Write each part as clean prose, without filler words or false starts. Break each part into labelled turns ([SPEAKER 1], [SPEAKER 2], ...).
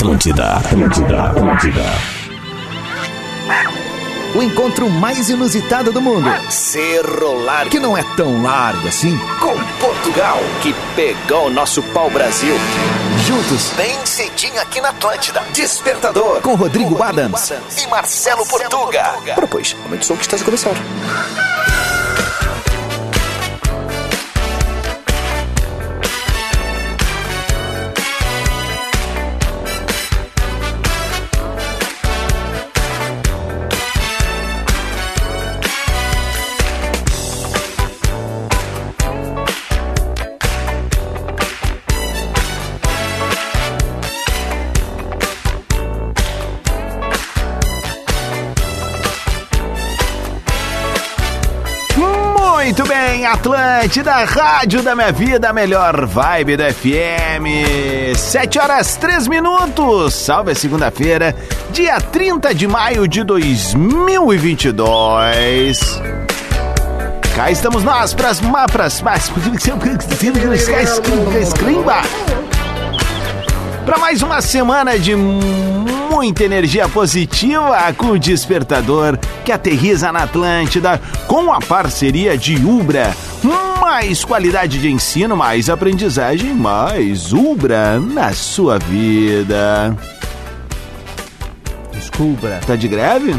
[SPEAKER 1] Atlântida.
[SPEAKER 2] O encontro mais inusitado do mundo.
[SPEAKER 3] Cerro Largo,
[SPEAKER 2] que não é tão largo assim.
[SPEAKER 3] Com Portugal, que pegou o nosso pau-brasil.
[SPEAKER 2] Juntos,
[SPEAKER 3] bem cedinho aqui na Atlântida. Despertador,
[SPEAKER 2] com Rodrigo Adams
[SPEAKER 3] e Marcelo Portuga.
[SPEAKER 2] Ora, pois, aumente o som que está a começar.
[SPEAKER 4] Muito bem, Atlântida, rádio da minha vida, a melhor vibe da FM. 7h03. Salve a segunda-feira, dia 30 de maio de 2022. Cá estamos nós para as para mais uma semana de muita energia positiva com o Despertador, que aterriza na Atlântida com a parceria de Ubra. Mais qualidade de ensino, mais aprendizagem, mais Ubra na sua vida.
[SPEAKER 5] Descubra.
[SPEAKER 4] Tá de greve?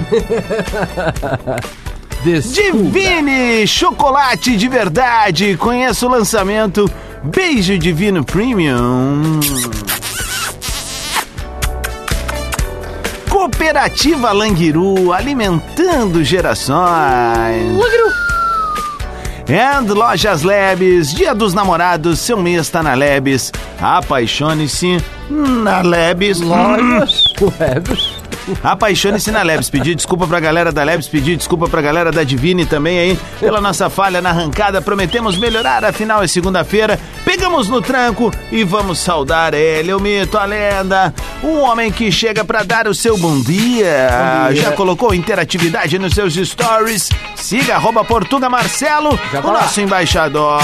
[SPEAKER 4] Divine Chocolate de Verdade. Conheça o lançamento Beijo Divino Premium. Cooperativa Languiru, alimentando gerações. Languiru. And Lojas Lebes, Dia dos Namorados, seu mês tá na Lebes. Apaixone-se na Lebes.
[SPEAKER 5] Lojas Lebes.
[SPEAKER 4] Apaixone-se na Lebes. Pedir desculpa pra galera da Lebes, pedir desculpa pra galera da Divine também aí, pela nossa falha na arrancada. Prometemos melhorar, afinal é segunda-feira. Pegamos no tranco e vamos saudar ele, o mito, a lenda, o homem que chega pra dar o seu bom dia. Já colocou interatividade nos seus stories? Siga @Portuga Marcelo, o nosso embaixador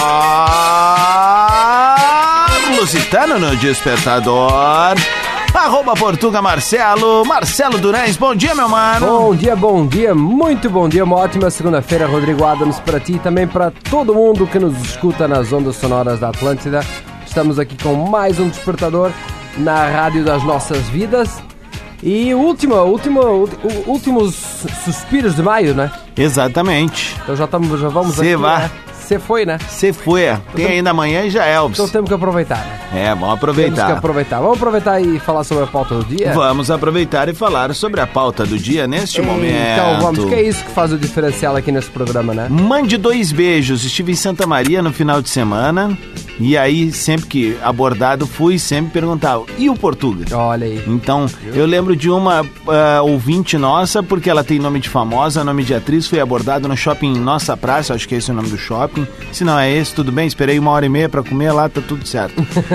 [SPEAKER 4] lusitano no Despertador. @Portuga Marcelo, Marcelo Durães, bom dia, meu mano.
[SPEAKER 5] Bom dia, muito bom dia, uma ótima segunda-feira, Rodrigo Adams, para ti e também para todo mundo que nos escuta nas ondas sonoras da Atlântida. Estamos aqui com mais um Despertador na rádio das nossas vidas e últimos suspiros de maio, né?
[SPEAKER 4] Exatamente.
[SPEAKER 5] Então já vamos aqui, né? Você foi, né?
[SPEAKER 4] Você foi. Tem ainda amanhã e já é, Elvis.
[SPEAKER 5] Então temos que aproveitar, né?
[SPEAKER 4] Vamos aproveitar.
[SPEAKER 5] Vamos aproveitar e falar sobre a pauta do dia?
[SPEAKER 4] Vamos aproveitar e falar sobre a pauta do dia neste momento.
[SPEAKER 5] Então vamos, que é isso que faz o diferencial aqui nesse programa, né?
[SPEAKER 4] Mande 2 beijos. Estive em Santa Maria no final de semana e aí sempre que abordado fui sempre perguntar, e o Portuga?
[SPEAKER 5] Olha aí.
[SPEAKER 4] Então, eu lembro de uma ouvinte nossa, porque ela tem nome de famosa, nome de atriz, foi abordado no shopping Nossa Praça, acho que esse é o nome do shopping. Se não é esse, tudo bem, esperei 1h30 pra comer lá, tá tudo certo.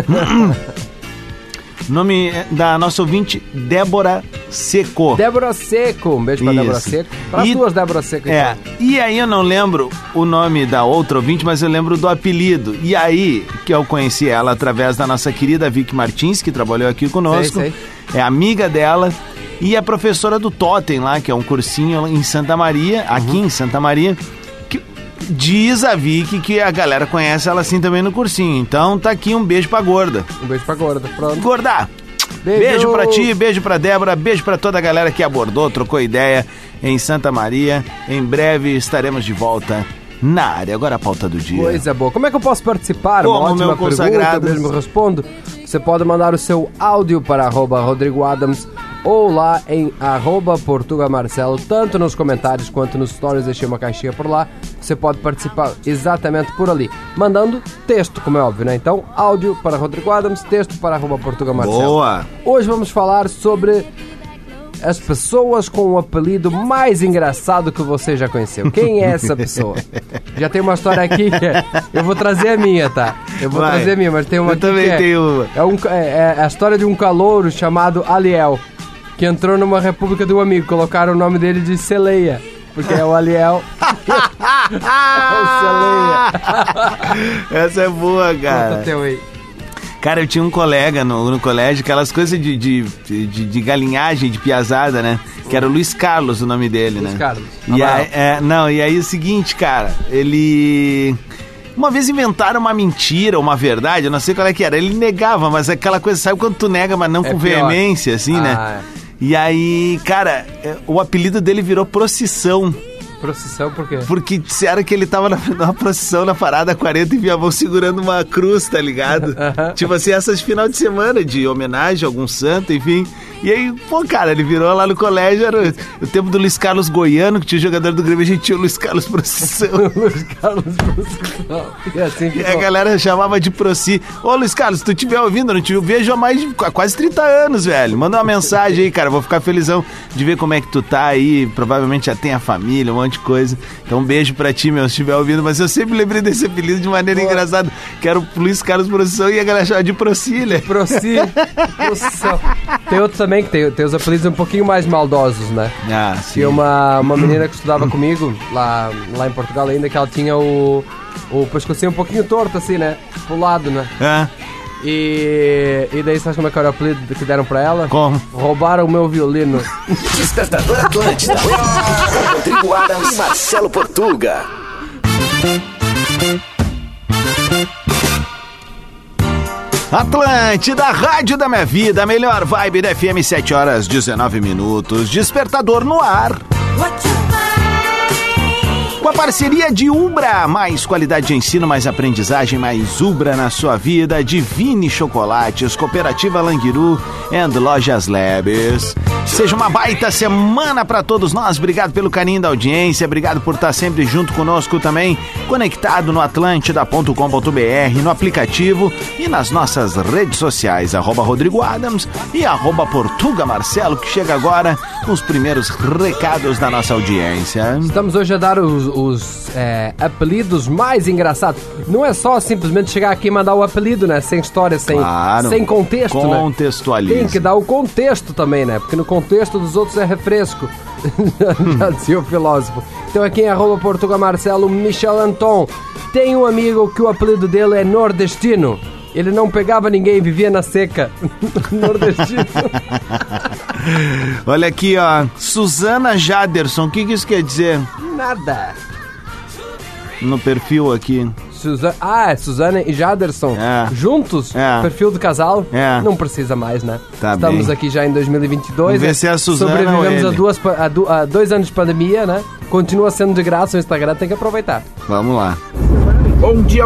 [SPEAKER 4] Nome da nossa ouvinte, Débora Seco.
[SPEAKER 5] Débora Seco, um beijo pra Débora Seco. Para as duas Débora Seco. Então.
[SPEAKER 4] E aí eu não lembro o nome da outra ouvinte, mas eu lembro do apelido. E aí que eu conheci ela através da nossa querida Vicky Martins, que trabalhou aqui conosco.
[SPEAKER 5] Sei.
[SPEAKER 4] É amiga dela e a professora do Totem lá, que é um cursinho em Santa Maria, aqui em Santa Maria. Diz a Vicky que a galera conhece ela assim também no cursinho. Então tá aqui um beijo pra gorda.
[SPEAKER 5] Um beijo pra gorda, pronto.
[SPEAKER 4] Gorda, beijo pra ti, beijo pra Débora, beijo pra toda a galera que abordou, trocou ideia em Santa Maria. Em breve estaremos de volta na área. Agora a pauta do dia.
[SPEAKER 5] Coisa boa. Como é que eu posso participar?
[SPEAKER 4] Como
[SPEAKER 5] uma ótima
[SPEAKER 4] meu consagrado.
[SPEAKER 5] pergunta, mesmo respondo. Você pode mandar o seu áudio para @Rodrigo Adams ou lá em @Portuga Marcelo, tanto nos comentários quanto nos stories, deixei uma caixinha por lá. Você pode participar exatamente por ali, mandando texto, como é óbvio, né? Então, áudio para Rodrigo Adams, texto para @Portuga Marcelo.
[SPEAKER 4] Boa!
[SPEAKER 5] Hoje vamos falar sobre as pessoas com o apelido mais engraçado que você já conheceu. Quem é essa pessoa? Já tem uma história aqui que eu vou trazer a minha, tá? Eu vou trazer a minha, mas tem uma aqui
[SPEAKER 4] também
[SPEAKER 5] que
[SPEAKER 4] tenho uma.
[SPEAKER 5] É a história de um calouro chamado Aliel, que entrou numa república do amigo. Colocaram o nome dele de Celeia, porque é o Aliel. É o Celeia.
[SPEAKER 4] Essa é boa, cara.
[SPEAKER 5] Conta teu aí.
[SPEAKER 4] Cara, eu tinha um colega no colégio, aquelas coisas de galinhagem, de piazada, né? Que era o Luiz Carlos, o nome dele,
[SPEAKER 5] Luiz
[SPEAKER 4] né?
[SPEAKER 5] Carlos.
[SPEAKER 4] E aí o seguinte, cara, ele... Uma vez inventaram uma mentira, uma verdade, eu não sei qual é que era. Ele negava, mas aquela coisa, sabe quando tu nega, mas não com veemência, assim, né? E aí, cara, o apelido dele virou Procissão.
[SPEAKER 5] Procissão por quê?
[SPEAKER 4] Porque disseram que ele tava numa procissão na parada 40 e via segurando uma cruz, tá ligado? Tipo assim, essas final de semana de homenagem a algum santo, enfim. E aí, pô, cara, ele virou lá no colégio, era o tempo do Luiz Carlos Goiano, que tinha o jogador do Grêmio, a gente tinha o Luiz Carlos Procissão.
[SPEAKER 5] Luiz Carlos Procissão. E assim ficou.
[SPEAKER 4] E a galera chamava de Proci. Ô, Luiz Carlos, se tu estiver ouvindo, eu não te vejo há mais de quase 30 anos, velho. Manda uma mensagem aí, cara, vou ficar felizão de ver como é que tu tá aí, provavelmente já tem a família, um monte de coisa. Então um beijo pra ti, meu, se estiver ouvindo, mas eu sempre lembrei desse apelido de maneira engraçada, que era o Luiz Carlos Procissão e a galera chamava de Proci, né?
[SPEAKER 5] Procissão. Tem outros também que tem os apelidos um pouquinho mais maldosos, né?
[SPEAKER 4] Ah, sim.
[SPEAKER 5] Tinha uma menina que estudava comigo, lá em Portugal ainda, que ela tinha o pescocinho um pouquinho torto, assim, né? Pro lado, né? E daí, sabe como é que era o apelido que deram pra ela?
[SPEAKER 4] Como?
[SPEAKER 5] Roubaram o meu violino.
[SPEAKER 3] Despertador Atlântida. Rodrigo Adams e Marcelo Portuga.
[SPEAKER 4] Atlântida, rádio da minha vida, a melhor vibe da FM, 7h19. Despertador no ar. Com a parceria de Ubra, mais qualidade de ensino, mais aprendizagem, mais Ubra na sua vida. Divine Chocolates, Cooperativa Languiru e Lojas Labs. Seja uma baita semana para todos nós. Obrigado pelo carinho da audiência, obrigado por estar sempre junto conosco também, conectado no atlântida.com.br, no aplicativo e nas nossas redes sociais, @Rodrigo Adams e @Portuga Marcelo, que chega agora com os primeiros recados da nossa audiência.
[SPEAKER 5] Estamos hoje a dar os apelidos mais engraçados. Não é só simplesmente chegar aqui e mandar o apelido, né? Sem história, sem contexto,
[SPEAKER 4] contextualiza.
[SPEAKER 5] Né? Tem que dar o contexto também, né? Porque no contexto dos outros é refresco. Já dizia o filósofo. Então aqui em @Portuga Marcelo, Michel Anton. Tem um amigo que o apelido dele é nordestino. Ele não pegava ninguém, vivia na seca. Nordestino.
[SPEAKER 4] Olha aqui, ó. Suzana Jaderson. O que isso quer dizer?
[SPEAKER 5] Nada.
[SPEAKER 4] No perfil aqui.
[SPEAKER 5] Suzana e Jaderson. Juntos? Perfil do casal? Não precisa mais, né?
[SPEAKER 4] Tá.
[SPEAKER 5] Estamos
[SPEAKER 4] bem.
[SPEAKER 5] aqui já em 2022.
[SPEAKER 4] Vamos ver se é a Suzana
[SPEAKER 5] sobrevivemos
[SPEAKER 4] ou ele.
[SPEAKER 5] a 2 anos de pandemia, né? Continua sendo de graça o Instagram, tem que aproveitar.
[SPEAKER 4] Vamos lá.
[SPEAKER 1] Bom dia.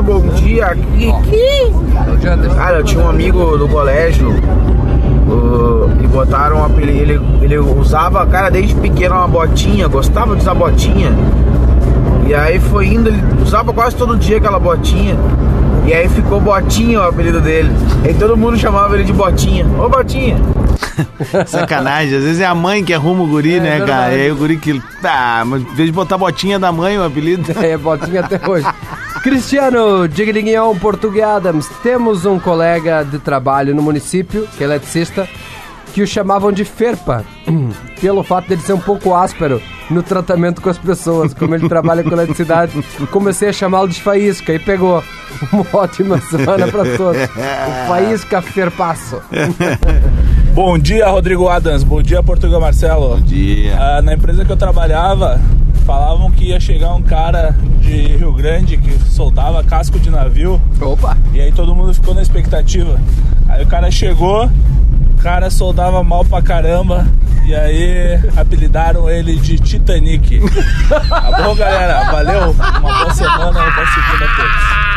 [SPEAKER 1] Cara, eu tinha um amigo do colégio e botaram um apelido. Ele usava, cara, desde pequeno uma botinha, gostava de usar botinha. E aí foi indo, ele usava quase todo dia aquela botinha. E aí ficou Botinha o apelido dele. E todo mundo chamava ele de Botinha. Ô, Botinha!
[SPEAKER 4] Sacanagem, às vezes é a mãe que arruma o guri, né,
[SPEAKER 5] verdade.
[SPEAKER 4] cara? E aí o guri que... mas em vez de botar Botinha da mãe, o apelido...
[SPEAKER 5] Botinha até hoje. Cristiano Digliguinhon, Portuga Adams. Temos um colega de trabalho no município, que é eletricista, que o chamavam de Ferpa, pelo fato dele ser um pouco áspero no tratamento com as pessoas. Como ele trabalha com eletricidade, comecei a chamá-lo de Faísca e pegou. Uma ótima semana para todos. O Faísca Ferpaço.
[SPEAKER 6] Bom dia, Rodrigo Adams. Bom dia, Portuga Marcelo.
[SPEAKER 4] Bom dia.
[SPEAKER 6] Na empresa que eu trabalhava, falavam que ia chegar um cara de Rio Grande que soltava casco de navio.
[SPEAKER 5] Opa!
[SPEAKER 6] E aí todo mundo ficou na expectativa. Aí o cara chegou, o cara soldava mal pra caramba. E aí apelidaram ele de Titanic. Tá bom, galera? Valeu. Uma boa semana e boa segunda a todos.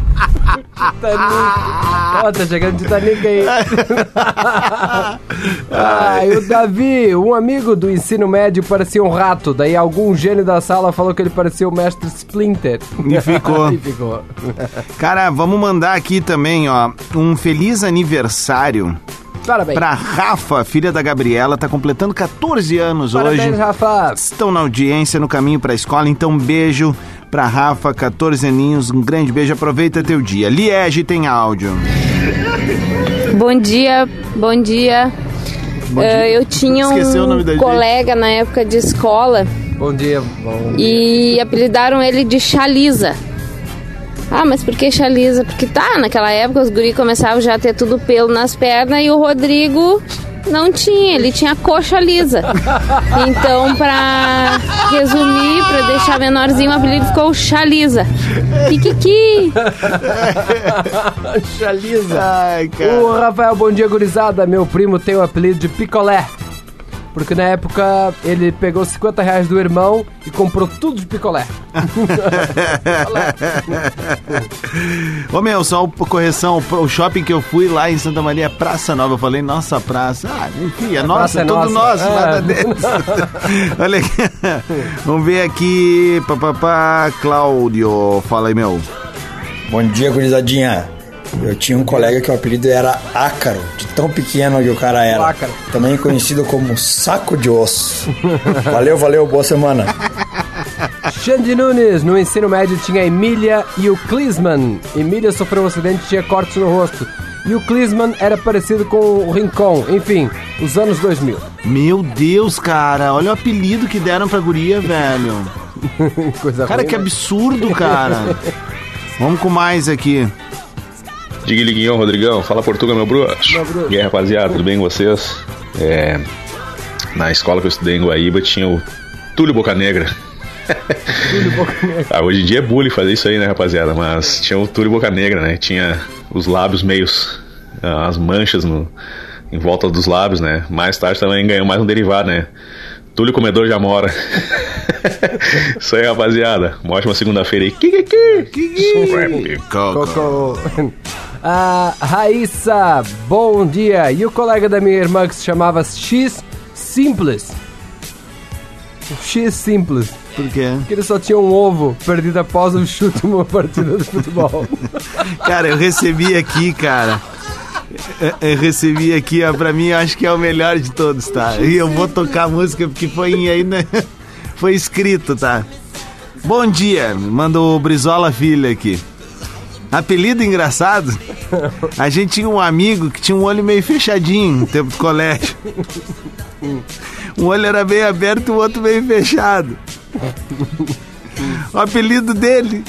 [SPEAKER 5] Titanic. Ó, tá chegando Titanic aí. E o Davi, um amigo do ensino médio, parecia um rato. Daí algum gênio da sala falou que ele parecia o mestre Splinter.
[SPEAKER 4] E ficou.
[SPEAKER 5] E ficou.
[SPEAKER 4] Cara, vamos mandar aqui também, ó, um feliz aniversário.
[SPEAKER 5] Parabéns.
[SPEAKER 4] Pra Rafa, filha da Gabriela, tá completando 14 anos hoje.
[SPEAKER 5] Parabéns, Rafa.
[SPEAKER 4] Estão na audiência, no caminho pra escola, então um beijo pra Rafa, 14 aninhos, um grande beijo, aproveita teu dia. Liege tem áudio.
[SPEAKER 7] Bom dia.
[SPEAKER 4] Bom dia.
[SPEAKER 7] Eu tinha um colega na época de escola.
[SPEAKER 5] Bom dia.
[SPEAKER 7] E apelidaram ele de Chaliza. Ah, mas por que Chalisa? Porque naquela época os guri começavam já a ter tudo pelo nas pernas e o Rodrigo não tinha, ele tinha coxa lisa. Então, pra resumir, pra deixar menorzinho, o apelido ficou Chalisa. Kikiki!
[SPEAKER 5] Chalisa.
[SPEAKER 4] Ai, cara.
[SPEAKER 5] O Rafael, bom dia, gurizada. Meu primo tem o apelido de Picolé. Porque na época ele pegou R$50 do irmão e comprou tudo de picolé.
[SPEAKER 4] Ô meu, só uma correção, o shopping que eu fui lá em Santa Maria, Praça Nova, eu falei, nossa praça. Ah, enfim, é nossa, é tudo nosso, nada deles. Olha aqui, vamos ver aqui, Cláudio, fala aí, meu.
[SPEAKER 8] Bom dia, gurizadinha. Eu tinha um colega que o apelido era Ácaro, de tão pequeno que o cara era.
[SPEAKER 5] Ácaro.
[SPEAKER 8] Também conhecido como Saco de Osso. Valeu, boa semana.
[SPEAKER 5] Xande Nunes, no ensino médio tinha a Emília e o Klisman. Emília sofreu um acidente e tinha cortes no rosto. E o Klisman era parecido com o Rincon. Enfim, os anos 2000.
[SPEAKER 4] Meu Deus, cara, olha o apelido que deram pra guria, velho.
[SPEAKER 5] Coisa
[SPEAKER 4] Cara,
[SPEAKER 5] ruim,
[SPEAKER 4] que
[SPEAKER 5] né?
[SPEAKER 4] absurdo, cara. Vamos com mais aqui.
[SPEAKER 9] Diga liguinho, Rodrigão. Fala Portuga, meu bruxo. E aí, rapaziada, tudo bem com vocês? Na escola que eu estudei em Guaíba tinha o Túlio Bocanegra. Hoje em dia é bullying fazer isso aí, né, rapaziada? Mas tinha o Túlio Bocanegra, né? Tinha os lábios meios, as manchas em volta dos lábios, né? Mais tarde também ganhou mais um derivado, né? Túlio Comedor de Amora. Isso aí, rapaziada. Uma ótima segunda-feira aí.
[SPEAKER 5] Coco. Raíssa, bom dia. E o colega da minha irmã que se chamava X Simples. X Simples.
[SPEAKER 4] Por quê?
[SPEAKER 5] Porque ele só tinha um ovo perdido após um chute numa partida de futebol.
[SPEAKER 4] Cara, eu recebi aqui, cara. Eu recebi aqui, ó, pra mim, eu acho que é o melhor de todos, tá? E eu vou tocar a música porque foi ainda. Foi escrito, tá? Bom dia, manda o Brizola Filho aqui. Apelido engraçado? A gente tinha um amigo que tinha um olho meio fechadinho no tempo do colégio. Um olho era meio aberto e o outro meio fechado. O apelido dele,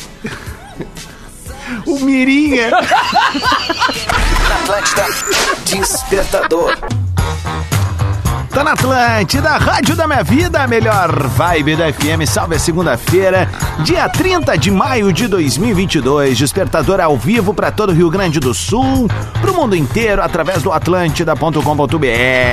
[SPEAKER 4] o Mirinha.
[SPEAKER 3] Atlântida, Despertador.
[SPEAKER 4] Tá na Atlântida, Rádio da Minha Vida, a melhor vibe da FM. Salve a segunda-feira, dia 30 de maio de 2022. Despertador ao vivo para todo o Rio Grande do Sul, pro mundo inteiro, através do atlântida.com.br.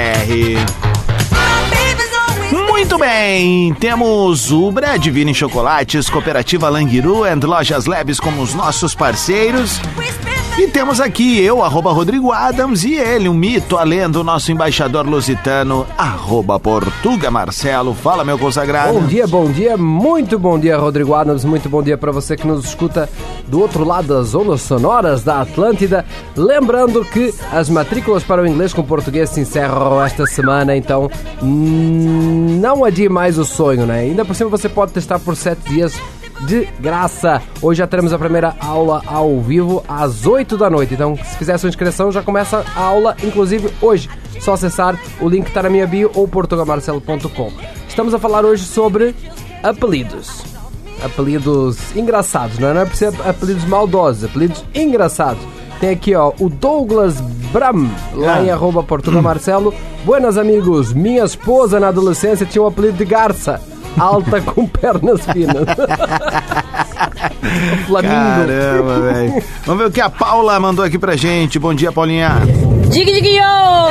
[SPEAKER 4] Muito bem, temos Ubra, Divine Chocolates, Cooperativa Languiru e Lojas Leves como os nossos parceiros. E temos aqui eu, @Rodrigo Adams, e ele, um mito, a lenda, o nosso embaixador lusitano, @Portuga Marcelo. Fala, meu consagrado.
[SPEAKER 5] Bom dia, muito bom dia, Rodrigo Adams, muito bom dia pra você que nos escuta do outro lado das ondas sonoras da Atlântida. Lembrando que as matrículas para o inglês com português se encerram esta semana, então não adie mais o sonho, né? Ainda por cima você pode testar por 7 dias de graça. Hoje já teremos a primeira aula ao vivo às 8 da noite. Então, se fizer a sua inscrição, já começa a aula, inclusive hoje. Só acessar o link que está na minha bio ou portugamarcelo.com. Estamos a falar hoje sobre apelidos. Apelidos engraçados, não é por ser apelidos maldosos, apelidos engraçados. Tem aqui, ó, o Douglas Bram, lá em @portugamarcelo. Buenas, amigos. Minha esposa na adolescência tinha o apelido de Garça. Alta com pernas finas. Flamingo.
[SPEAKER 4] Caramba, velho. Vamos ver o que a Paula mandou aqui pra gente. Bom dia, Paulinha.
[SPEAKER 10] Diguinho!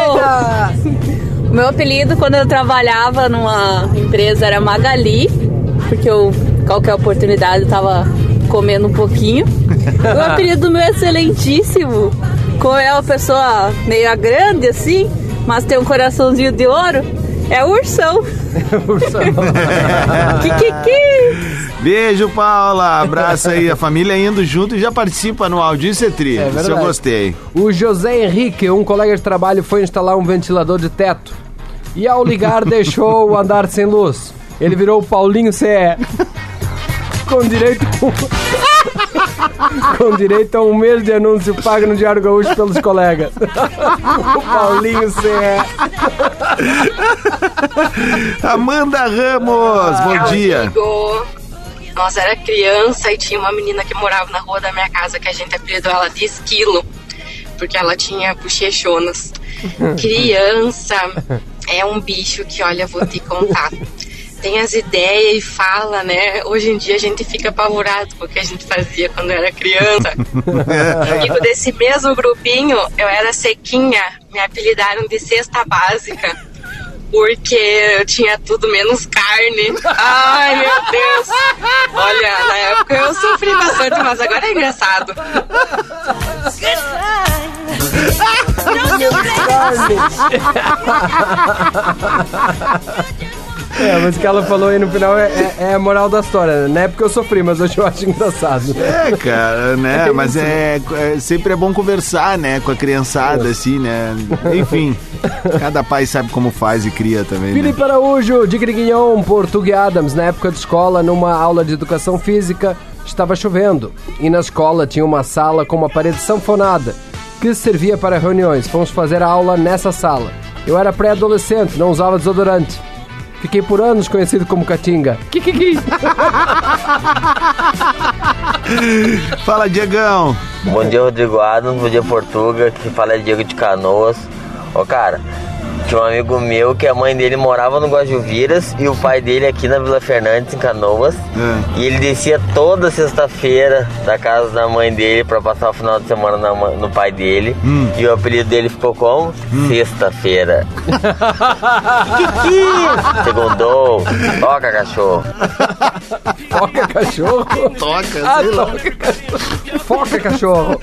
[SPEAKER 10] Meu apelido quando eu trabalhava numa empresa era Magali, porque eu, qualquer oportunidade, eu tava comendo um pouquinho. O apelido meu é Excelentíssimo. Como é uma pessoa meio grande assim, mas tem um coraçãozinho de ouro, é Ursão.
[SPEAKER 4] Beijo, Paula. Abraço aí. A família indo junto e já participa no áudio. Isso é tri. Isso eu gostei.
[SPEAKER 5] O José Henrique, um colega de trabalho, foi instalar um ventilador de teto e ao ligar deixou o andar sem luz. Ele virou o Paulinho CE. Com direito a um mês de anúncio pago no Diário Gaúcho pelos colegas. O Paulinho CE.
[SPEAKER 4] Amanda Ramos, bom dia.
[SPEAKER 11] Nós era criança e tinha uma menina que morava na rua da minha casa que a gente apelidou ela de Esquilo, porque ela tinha bochechonas. Criança é um bicho que, olha, vou te contar. Tem as ideias e fala, né? Hoje em dia a gente fica apavorado com o que a gente fazia quando era criança. Amigo desse mesmo grupinho, eu era sequinha, me apelidaram de cesta básica, porque eu tinha tudo menos carne. Ai, meu Deus! Olha, na época eu sofri bastante, mas agora é engraçado.
[SPEAKER 5] Mas o que ela falou aí no final é a moral da história. Na época eu sofri, mas hoje eu acho engraçado.
[SPEAKER 4] Cara, né? Mas sempre é bom conversar, né? Com a criançada, assim, né? Enfim, cada pai sabe como faz e cria também.
[SPEAKER 5] Felipe Araújo, de Griguinhão, Portuga Adams. Na época de escola, numa aula de educação física, estava chovendo. E na escola tinha uma sala com uma parede sanfonada que servia para reuniões. Fomos fazer a aula nessa sala. Eu era pré-adolescente, não usava desodorante. Fiquei por anos conhecido como Catinga.
[SPEAKER 4] Fala, Diegão.
[SPEAKER 12] Bom dia, Rodrigo Adams. Bom dia, Portuga. Que fala é Diego de Canoas. Ô, cara, tinha um amigo meu que a mãe dele morava no Guajuviras e o pai dele aqui na Vila Fernandes, em Canoas. E ele descia toda sexta-feira da casa da mãe dele pra passar o final de semana no pai dele. E o apelido dele ficou como? Sexta-feira. Segundou. Toca, cachorro.
[SPEAKER 5] Toca, cachorro?
[SPEAKER 4] Toca,
[SPEAKER 5] toca, cachorro. Foca, cachorro.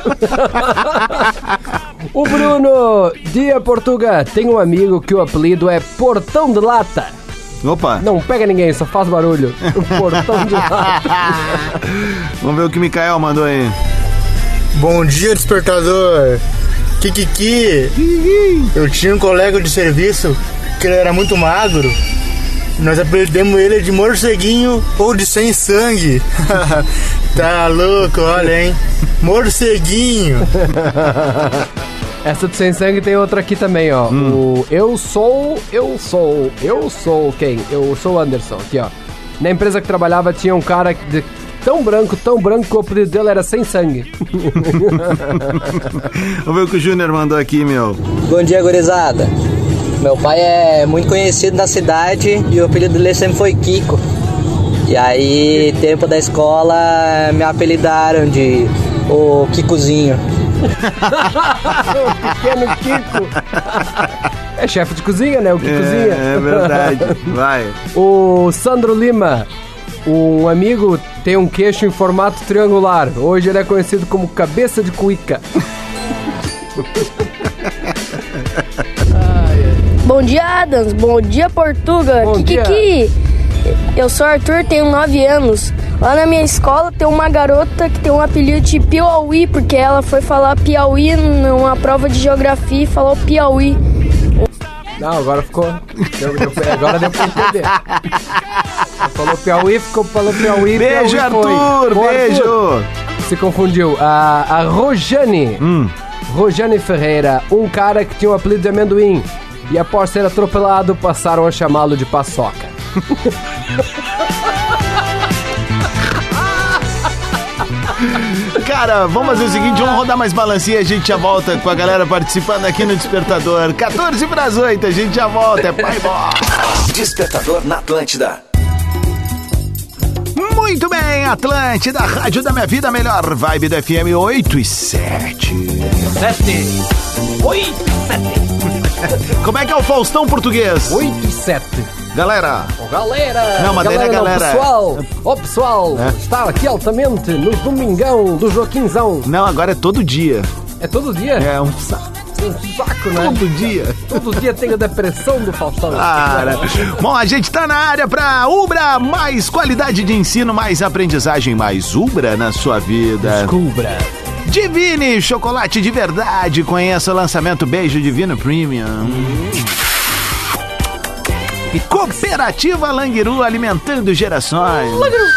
[SPEAKER 5] O Bruno, dia Portuga, tem um amigo que o apelido é Portão de Lata.
[SPEAKER 4] Opa.
[SPEAKER 5] Não pega ninguém, só faz barulho. Portão de Lata.
[SPEAKER 4] Vamos ver o que o Mikael mandou aí.
[SPEAKER 13] Bom dia, despertador. Kikiki. Eu tinha um colega de serviço que ele era muito magro. Nós apelidamos ele de morceguinho ou de sem sangue. Tá louco, olha, hein? Morceguinho.
[SPEAKER 5] Essa do sem sangue tem outra aqui também, ó. O eu sou quem? Eu sou o Anderson, aqui, ó. Na empresa que trabalhava tinha um cara tão branco que o apelido dele era sem sangue.
[SPEAKER 4] Vamos ver o que o Júnior mandou aqui, meu.
[SPEAKER 14] Bom dia, gurizada. Meu pai é muito conhecido na cidade e o apelido dele sempre foi Kiko. E aí, tempo da escola, me apelidaram de o Kikozinho.
[SPEAKER 5] O pequeno Kiko. É chefe de cozinha, né? O Kikozinho.
[SPEAKER 4] É verdade. Vai.
[SPEAKER 5] O Sandro Lima, um amigo, tem um queixo em formato triangular. Hoje ele é conhecido como cabeça de cuica.
[SPEAKER 15] Bom dia, Adams. Bom dia, Portuga.
[SPEAKER 5] Bom dia.
[SPEAKER 15] Eu sou Arthur, tenho 9 anos. Lá na minha escola tem uma garota que tem um apelido de Piauí, porque ela foi falar Piauí numa prova de geografia e falou Piauí.
[SPEAKER 5] Não, agora ficou. Agora deu pra entender. Falou Piauí.
[SPEAKER 4] Beijo,
[SPEAKER 5] Piauí,
[SPEAKER 4] Arthur. Beijo.
[SPEAKER 5] Arthur. Se confundiu. A Rojane. Rojane Ferreira, um cara que tinha um apelido de amendoim. E após ser atropelado, passaram a chamá-lo de paçoca.
[SPEAKER 4] Cara, vamos fazer o seguinte, vamos rodar mais balancinha, a gente já volta com a galera participando aqui no Despertador. 7:45, a gente já volta, é pai bola.
[SPEAKER 3] Despertador na Atlântida.
[SPEAKER 4] Muito bem, Atlântida, rádio da minha vida, melhor vibe do FM 8 e 7.
[SPEAKER 5] 8 e 7.
[SPEAKER 4] Como é que é o Faustão português?
[SPEAKER 5] 8 e 7.
[SPEAKER 4] Galera.
[SPEAKER 5] Galera.
[SPEAKER 4] Não, mas galera.
[SPEAKER 5] Pessoal, está aqui altamente no Domingão do Joaquinzão.
[SPEAKER 4] Não, agora é todo dia.
[SPEAKER 5] É todo dia?
[SPEAKER 4] É um saco.
[SPEAKER 5] Um saco, né?
[SPEAKER 4] Todo dia.
[SPEAKER 5] Todo dia tem a depressão do Faustão.
[SPEAKER 4] Cara. Bom, a gente tá na área pra Ubra, mais qualidade de ensino, mais aprendizagem, mais Ubra na sua vida.
[SPEAKER 5] Descubra.
[SPEAKER 4] Divine, chocolate de verdade. Conheça o lançamento Beijo Divino Premium. Cooperativa Languiru, alimentando gerações.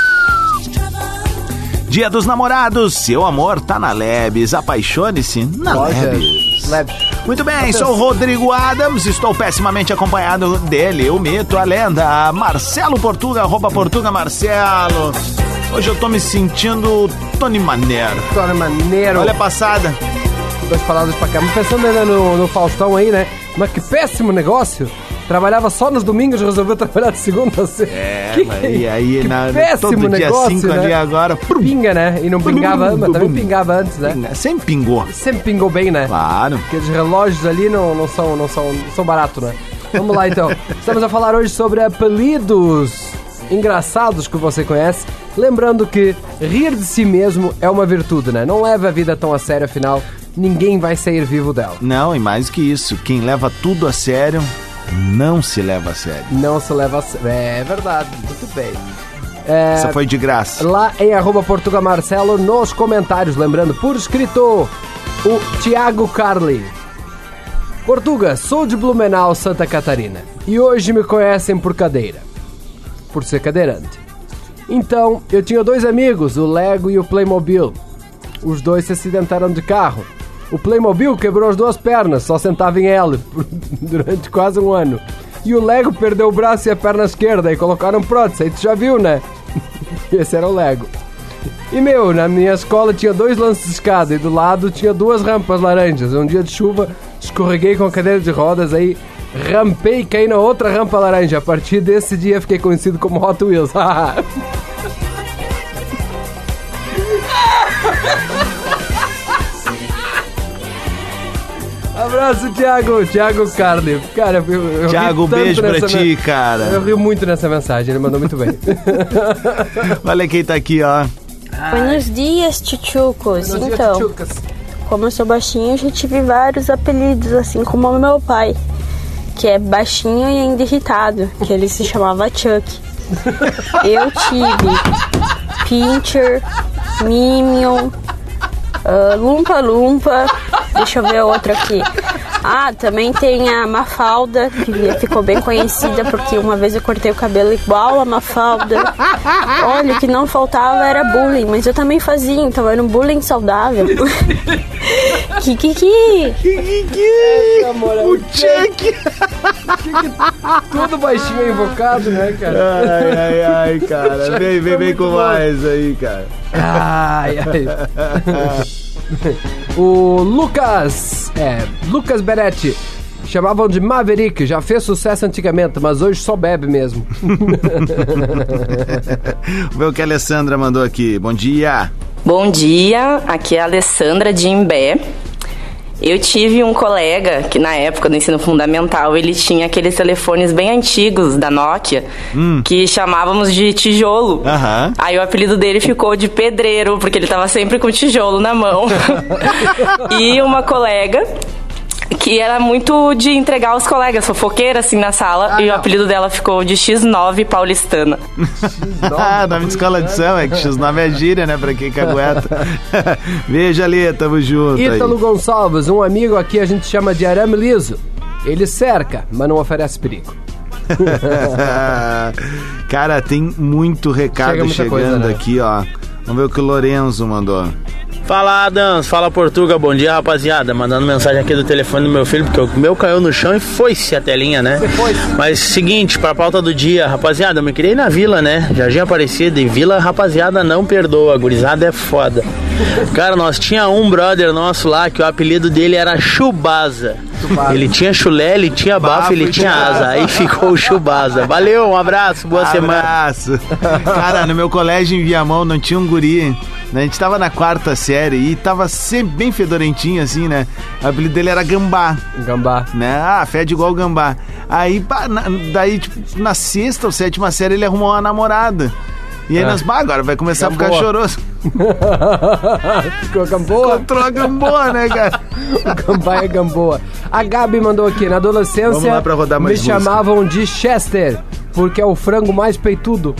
[SPEAKER 4] Dia dos Namorados, seu amor tá na Lebes. Apaixone-se na Lebes. Muito bem, sou o Rodrigo Adams, estou pessimamente acompanhado dele, o mito, a lenda, Marcelo Portuga, @Portuga Marcelo. Hoje eu tô me sentindo Tony Maneiro.
[SPEAKER 5] Tony Maneiro.
[SPEAKER 4] Olha a passada.
[SPEAKER 5] 2 palavras pra cá. Mas pensando ainda no Faustão aí, né? Mas que péssimo negócio. Trabalhava só nos domingos e resolveu trabalhar de segunda a sexta.
[SPEAKER 4] E aí
[SPEAKER 5] péssimo
[SPEAKER 4] todo
[SPEAKER 5] negócio,
[SPEAKER 4] dia 5
[SPEAKER 5] né?
[SPEAKER 4] ali agora.
[SPEAKER 5] Pinga, né? E não pingava, mas também pingava antes, né?
[SPEAKER 4] Sempre pingou.
[SPEAKER 5] Sempre pingou bem, né?
[SPEAKER 4] Claro.
[SPEAKER 5] Aqueles relógios ali não são baratos, né? Vamos lá, então. Estamos a falar hoje sobre apelidos engraçados que você conhece. Lembrando que rir de si mesmo é uma virtude, né? Não leva a vida tão a sério, afinal, ninguém vai sair vivo dela.
[SPEAKER 4] Não, e mais que isso, quem leva tudo a sério não se leva a sério.
[SPEAKER 5] Não se leva a sério. É verdade, muito bem.
[SPEAKER 4] Essa foi de graça.
[SPEAKER 5] Lá em @PortugaMarcelo, nos comentários, lembrando, por escrito, o Thiago Carli. Portuga, sou de Blumenau, Santa Catarina. E hoje me conhecem por cadeira. Por ser cadeirante. Então, eu tinha 2 amigos, o Lego e o Playmobil. Os 2 se acidentaram de carro. O Playmobil quebrou as 2 pernas, só sentava em L durante quase 1 ano. E o Lego perdeu o braço e a perna esquerda e colocaram prótese, aí tu já viu, né? Esse era o Lego. E na minha escola tinha 2 lances de escada e do lado tinha 2 rampas laranjas. Um dia de chuva, escorreguei com a cadeira de rodas, aí rampei e caí na outra rampa laranja. A partir desse dia fiquei conhecido como Hot Wheels. Abraço, Thiago Carli. Cara, eu
[SPEAKER 4] Thiago, beijo pra ti, cara.
[SPEAKER 5] Eu ri muito nessa mensagem, ele mandou muito bem.
[SPEAKER 4] Olha quem tá aqui, ó.
[SPEAKER 16] Buenos dias, tchutchucos. Então, como eu sou baixinho, eu já tive vários apelidos, assim como o meu pai, que é baixinho e ainda irritado, que ele se chamava Chuck. Eu tive Pincher, Minion, Lumpa Lumpa. Deixa eu ver outra aqui. Também tem a Mafalda, que ficou bem conhecida porque uma vez eu cortei o cabelo igual a Mafalda. Olha, o que não faltava era bullying, mas eu também fazia, então era um bullying saudável. Kikiki!
[SPEAKER 5] O Chuck! Tudo baixinho é invocado, né, cara?
[SPEAKER 4] Ai, cara. Vem com mais aí, cara.
[SPEAKER 5] Ai. O Lucas Beretti, chamavam de Maverick, já fez sucesso antigamente, mas hoje só bebe mesmo.
[SPEAKER 4] Vê o que a Alessandra mandou aqui. Bom dia.
[SPEAKER 17] Bom dia, aqui é a Alessandra de Imbé. Eu tive um colega que na época do ensino fundamental ele tinha aqueles telefones bem antigos da Nokia que chamávamos de tijolo. Aí o apelido dele ficou de pedreiro, porque ele tava sempre com tijolo na mão. E uma colega que era muito de entregar aos colegas, fofoqueira assim na sala, e o apelido dela ficou de X9 paulistana.
[SPEAKER 4] Nome de escola de samba, que X9 é gíria, né, pra quem cagueta. Beijo ali, tamo junto.
[SPEAKER 5] Ítalo Gonçalves, um amigo aqui a gente chama de arame liso. Ele cerca, mas não oferece perigo.
[SPEAKER 4] Cara, tem muito recado chegando coisa, né? Aqui, ó. Vamos ver o que o Lorenzo mandou.
[SPEAKER 18] Fala, Adams, fala, Portuga, bom dia, rapaziada. Mandando mensagem aqui do telefone do meu filho, porque o meu caiu no chão e foi-se a telinha, né? Mas seguinte, pra pauta do dia, rapaziada, eu me criei na Vila, né? Jardim Aparecida, e Vila, rapaziada, não perdoa, gurizada é foda. Cara, nós tinha um brother nosso lá, que o apelido dele era Chubasa. Ele tinha chulé, ele tinha bafo, ele tinha asa. Aí ficou o Chubasa. Valeu, um abraço, boa semana.
[SPEAKER 4] Abraço. Cara, no meu colégio em Viamão não tinha um guri. A gente tava na 4ª série e tava sempre bem fedorentinho assim, né? O apelido dele era Gambá.
[SPEAKER 5] Gambá.
[SPEAKER 4] Né? Fede igual Gambá. Aí, daí, tipo, na 6ª ou 7ª série ele arrumou uma namorada. E aí nós, agora vai começar a ficar choroso.
[SPEAKER 5] Ficou Gamboa?
[SPEAKER 4] Encontrou a Gamboa, né, cara?
[SPEAKER 5] O Gambá é Gamboa. A Gabi mandou aqui, na adolescência,
[SPEAKER 4] vamos lá pra rodar mais
[SPEAKER 5] me chamavam de Chester, porque é o frango mais peitudo.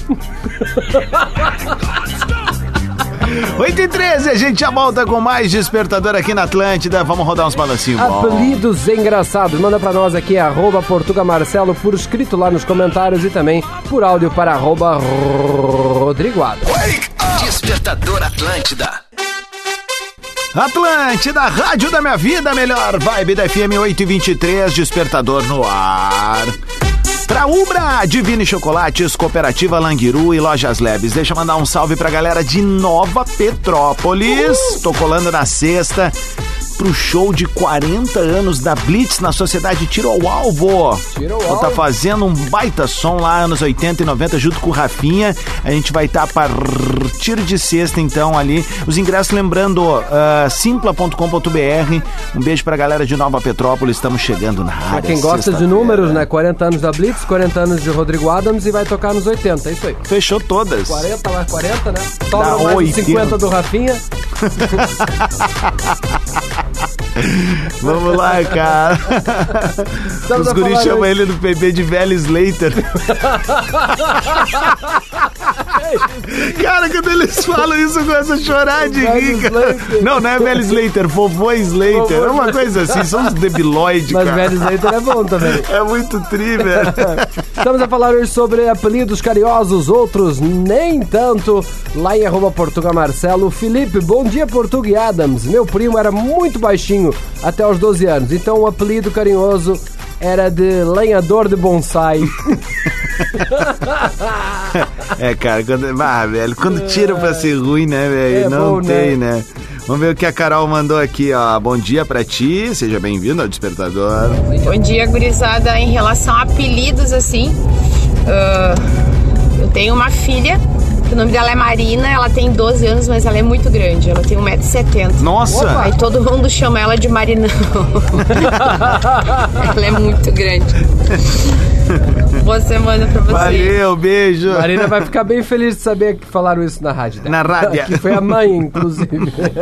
[SPEAKER 4] 8h13, a gente já volta com mais Despertador aqui na Atlântida. Vamos rodar uns balancinhos bons.
[SPEAKER 5] Apelidos engraçados. Manda pra nós aqui, @PortugaMarcelo, por escrito lá nos comentários e também por áudio para @Rodrigo Adams.
[SPEAKER 3] Despertador Atlântida.
[SPEAKER 4] Atlântida, rádio da minha vida, melhor vibe da FM 8h23, Despertador no ar. Pra Ubra, Divine Chocolates, Cooperativa Languiru e Lojas Labs. Deixa eu mandar um salve pra galera de Nova Petrópolis. Tô colando na sexta pro show de 40 anos da Blitz na Sociedade Tiro ao Alvo. Vou tá fazendo um baita som lá, anos 80 e 90, junto com o Rafinha. A gente vai estar a partir de sexta, então, ali. Os ingressos, lembrando, simpla.com.br. Um beijo pra galera de Nova Petrópolis, estamos chegando na área.
[SPEAKER 5] Pra quem gosta de números, né? 40 anos da Blitz, 40 anos de Rodrigo Adams e vai tocar nos 80, é isso aí.
[SPEAKER 4] Fechou todas.
[SPEAKER 5] 40 lá, 40, né? Sobra mais 50 do Rafinha.
[SPEAKER 4] Vamos lá, cara. Os guris chamam ele do PB de velho Slater. Cara, quando eles falam isso, eu começo a chorar de rir, cara. Não é velho Slater, vovô Slater. É uma coisa assim, são uns debilóides, cara.
[SPEAKER 5] Mas velho Slater é bom também.
[SPEAKER 4] É muito tri, velho.
[SPEAKER 5] Estamos a falar hoje sobre apelidos carinhosos, outros nem tanto. Lá em @PortugaMarcelo, Felipe, bom dia, Portuga e Adams. Meu primo era muito baixinho até os 12 anos, então o apelido carinhoso era de lenhador de bonsai.
[SPEAKER 4] Cara, quando tira pra ser ruim, né, velho? Não bom, tem, né? Vamos ver o que a Carol mandou aqui, ó. Bom dia pra ti, seja bem-vindo ao Despertador.
[SPEAKER 19] Bom dia, gurizada. Em relação a apelidos, assim, eu tenho uma filha, o nome dela é Marina, ela tem 12 anos, mas ela é muito grande, ela tem 1,70m.
[SPEAKER 4] Nossa!
[SPEAKER 19] Opa, e todo mundo chama ela de Marinão. Ela é muito grande. Boa semana pra você.
[SPEAKER 4] Valeu, beijo.
[SPEAKER 5] Marina vai ficar bem feliz de saber que falaram isso na rádio.
[SPEAKER 4] Na rádio.
[SPEAKER 5] Que foi a mãe, inclusive.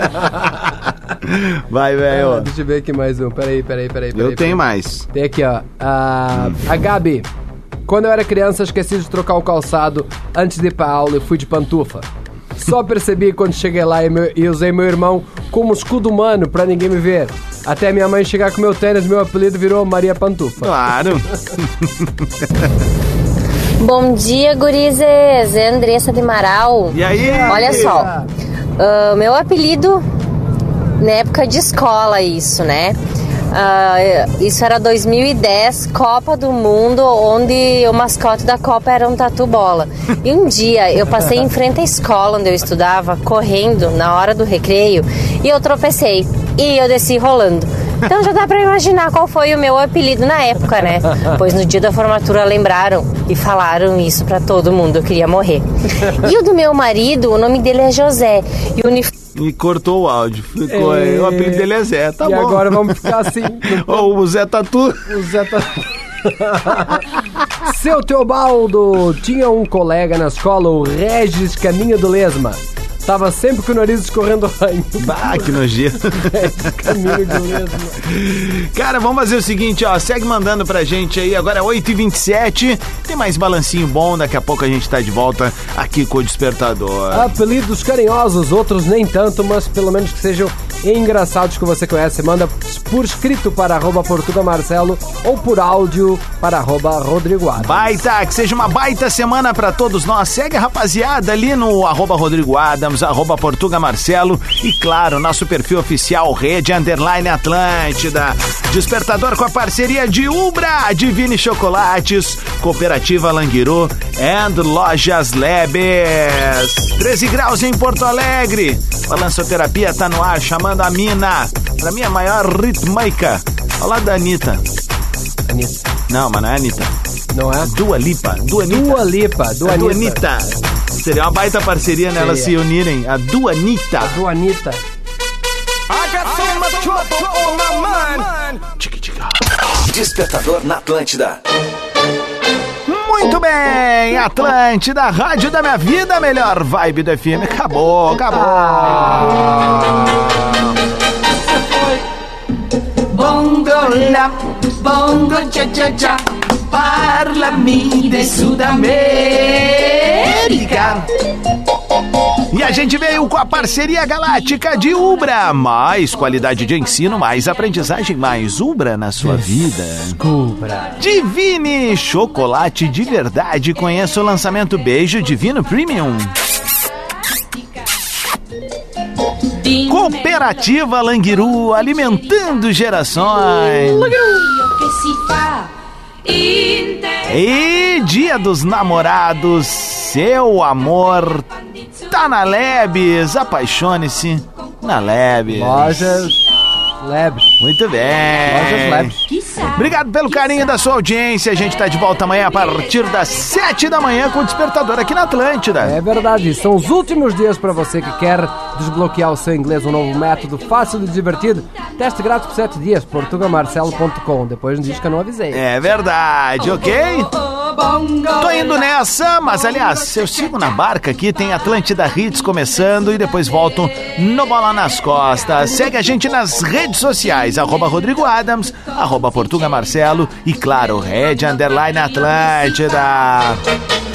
[SPEAKER 4] Vai, velho.
[SPEAKER 5] Deixa eu ver aqui mais um. Peraí.
[SPEAKER 4] Eu tenho mais.
[SPEAKER 5] Tem aqui, ó. A Gabi. Quando eu era criança, esqueci de trocar o calçado antes de ir pra aula e fui de pantufa. Só percebi quando cheguei lá e usei meu irmão como escudo humano pra ninguém me ver. Até minha mãe chegar com meu tênis, meu apelido virou Maria Pantufa.
[SPEAKER 4] Claro.
[SPEAKER 20] Bom dia, gurizes. É Andressa de Marau.
[SPEAKER 4] E aí?
[SPEAKER 20] Olha só, meu apelido na época de escola, isso, né? Isso era 2010, Copa do Mundo, onde o mascote da Copa era um tatu-bola. E um dia eu passei em frente à escola onde eu estudava, correndo na hora do recreio, e eu tropecei e eu desci rolando. Então já dá pra imaginar qual foi o meu apelido na época, né? Pois no dia da formatura lembraram e falaram isso pra todo mundo, eu queria morrer. E o do meu marido, o nome dele é José,
[SPEAKER 4] e cortou o áudio. Ficou o apelido dele é Zé, tá
[SPEAKER 5] e
[SPEAKER 4] bom.
[SPEAKER 5] E agora vamos ficar assim.
[SPEAKER 4] O Zé Tatu.
[SPEAKER 5] O Zé Tatu. Seu Teobaldo tinha um colega na escola, o Regis Caminho do Lesma. Tava sempre com o nariz escorrendo ranho.
[SPEAKER 4] Bah, que nojento.
[SPEAKER 5] Caminho do Lesma.
[SPEAKER 4] Cara, vamos fazer o seguinte, ó. Segue mandando pra gente aí. Agora é 8h27. Tem mais balancinho bom. Daqui a pouco a gente tá de volta aqui com o Despertador.
[SPEAKER 5] Apelidos carinhosos, outros nem tanto, mas pelo menos que sejam engraçados que você conhece. Manda por escrito para @PortugaMarcelo ou por áudio para @Rodrigo Adams.
[SPEAKER 4] Baita, que seja uma baita semana pra todos nós. Segue a rapaziada ali no @Rodrigo Adams, @PortugaMarcelo e, claro, nosso perfil oficial Rede _ Atlântida. Despertador com a parceria de Ubra, Divine Chocolates, Cooperativa Languiru e Lojas Labs. 13 graus em Porto Alegre. Balançoterapia tá no ar, chamando a mina. Pra mim, a maior ritmaica. Ao lado da Anitta.
[SPEAKER 5] Anitta.
[SPEAKER 4] Não, mas não é Anitta.
[SPEAKER 5] Não é?
[SPEAKER 4] Dua Lipa.
[SPEAKER 5] Dua
[SPEAKER 4] Anitta. Seria uma baita parceria nelas se unirem. A Dua Anitta.
[SPEAKER 3] Despertador na Atlântida.
[SPEAKER 4] Muito bem, Atlântida, rádio da minha vida, melhor vibe do FM. Acabou.
[SPEAKER 21] Bongo la, bongo cha cha cha, parla-me de Sudamérica.
[SPEAKER 4] E a gente veio com a parceria galáctica de Ubra. Mais qualidade de ensino, mais aprendizagem, mais Ubra na sua vida.
[SPEAKER 5] Ubra.
[SPEAKER 4] Divine Chocolate de verdade. Conheça o lançamento Beijo Divino Premium. Cooperativa Languiru, alimentando gerações. E Dia dos Namorados, seu amor tá na Lebes. Apaixone-se na Lebes.
[SPEAKER 5] Lojas Lebes.
[SPEAKER 4] Muito bem.
[SPEAKER 5] Lojas Lebes.
[SPEAKER 4] Obrigado pelo carinho da sua audiência. A gente tá de volta amanhã a partir das 7 da manhã com o Despertador aqui na Atlântida.
[SPEAKER 5] É verdade, são os últimos dias pra você que quer desbloquear o seu inglês, um novo método fácil e divertido. Teste grátis por 7 dias, portugamarcelo.com. Depois não diz que eu não avisei.
[SPEAKER 4] É verdade, ok? Tô indo nessa, mas aliás, eu sigo na barca aqui, tem Atlântida Hits começando e depois volto no Bola nas Costas. Segue a gente nas redes sociais, @RodrigoAdams, @PortugaMarcelo e claro, Red_Atlântida.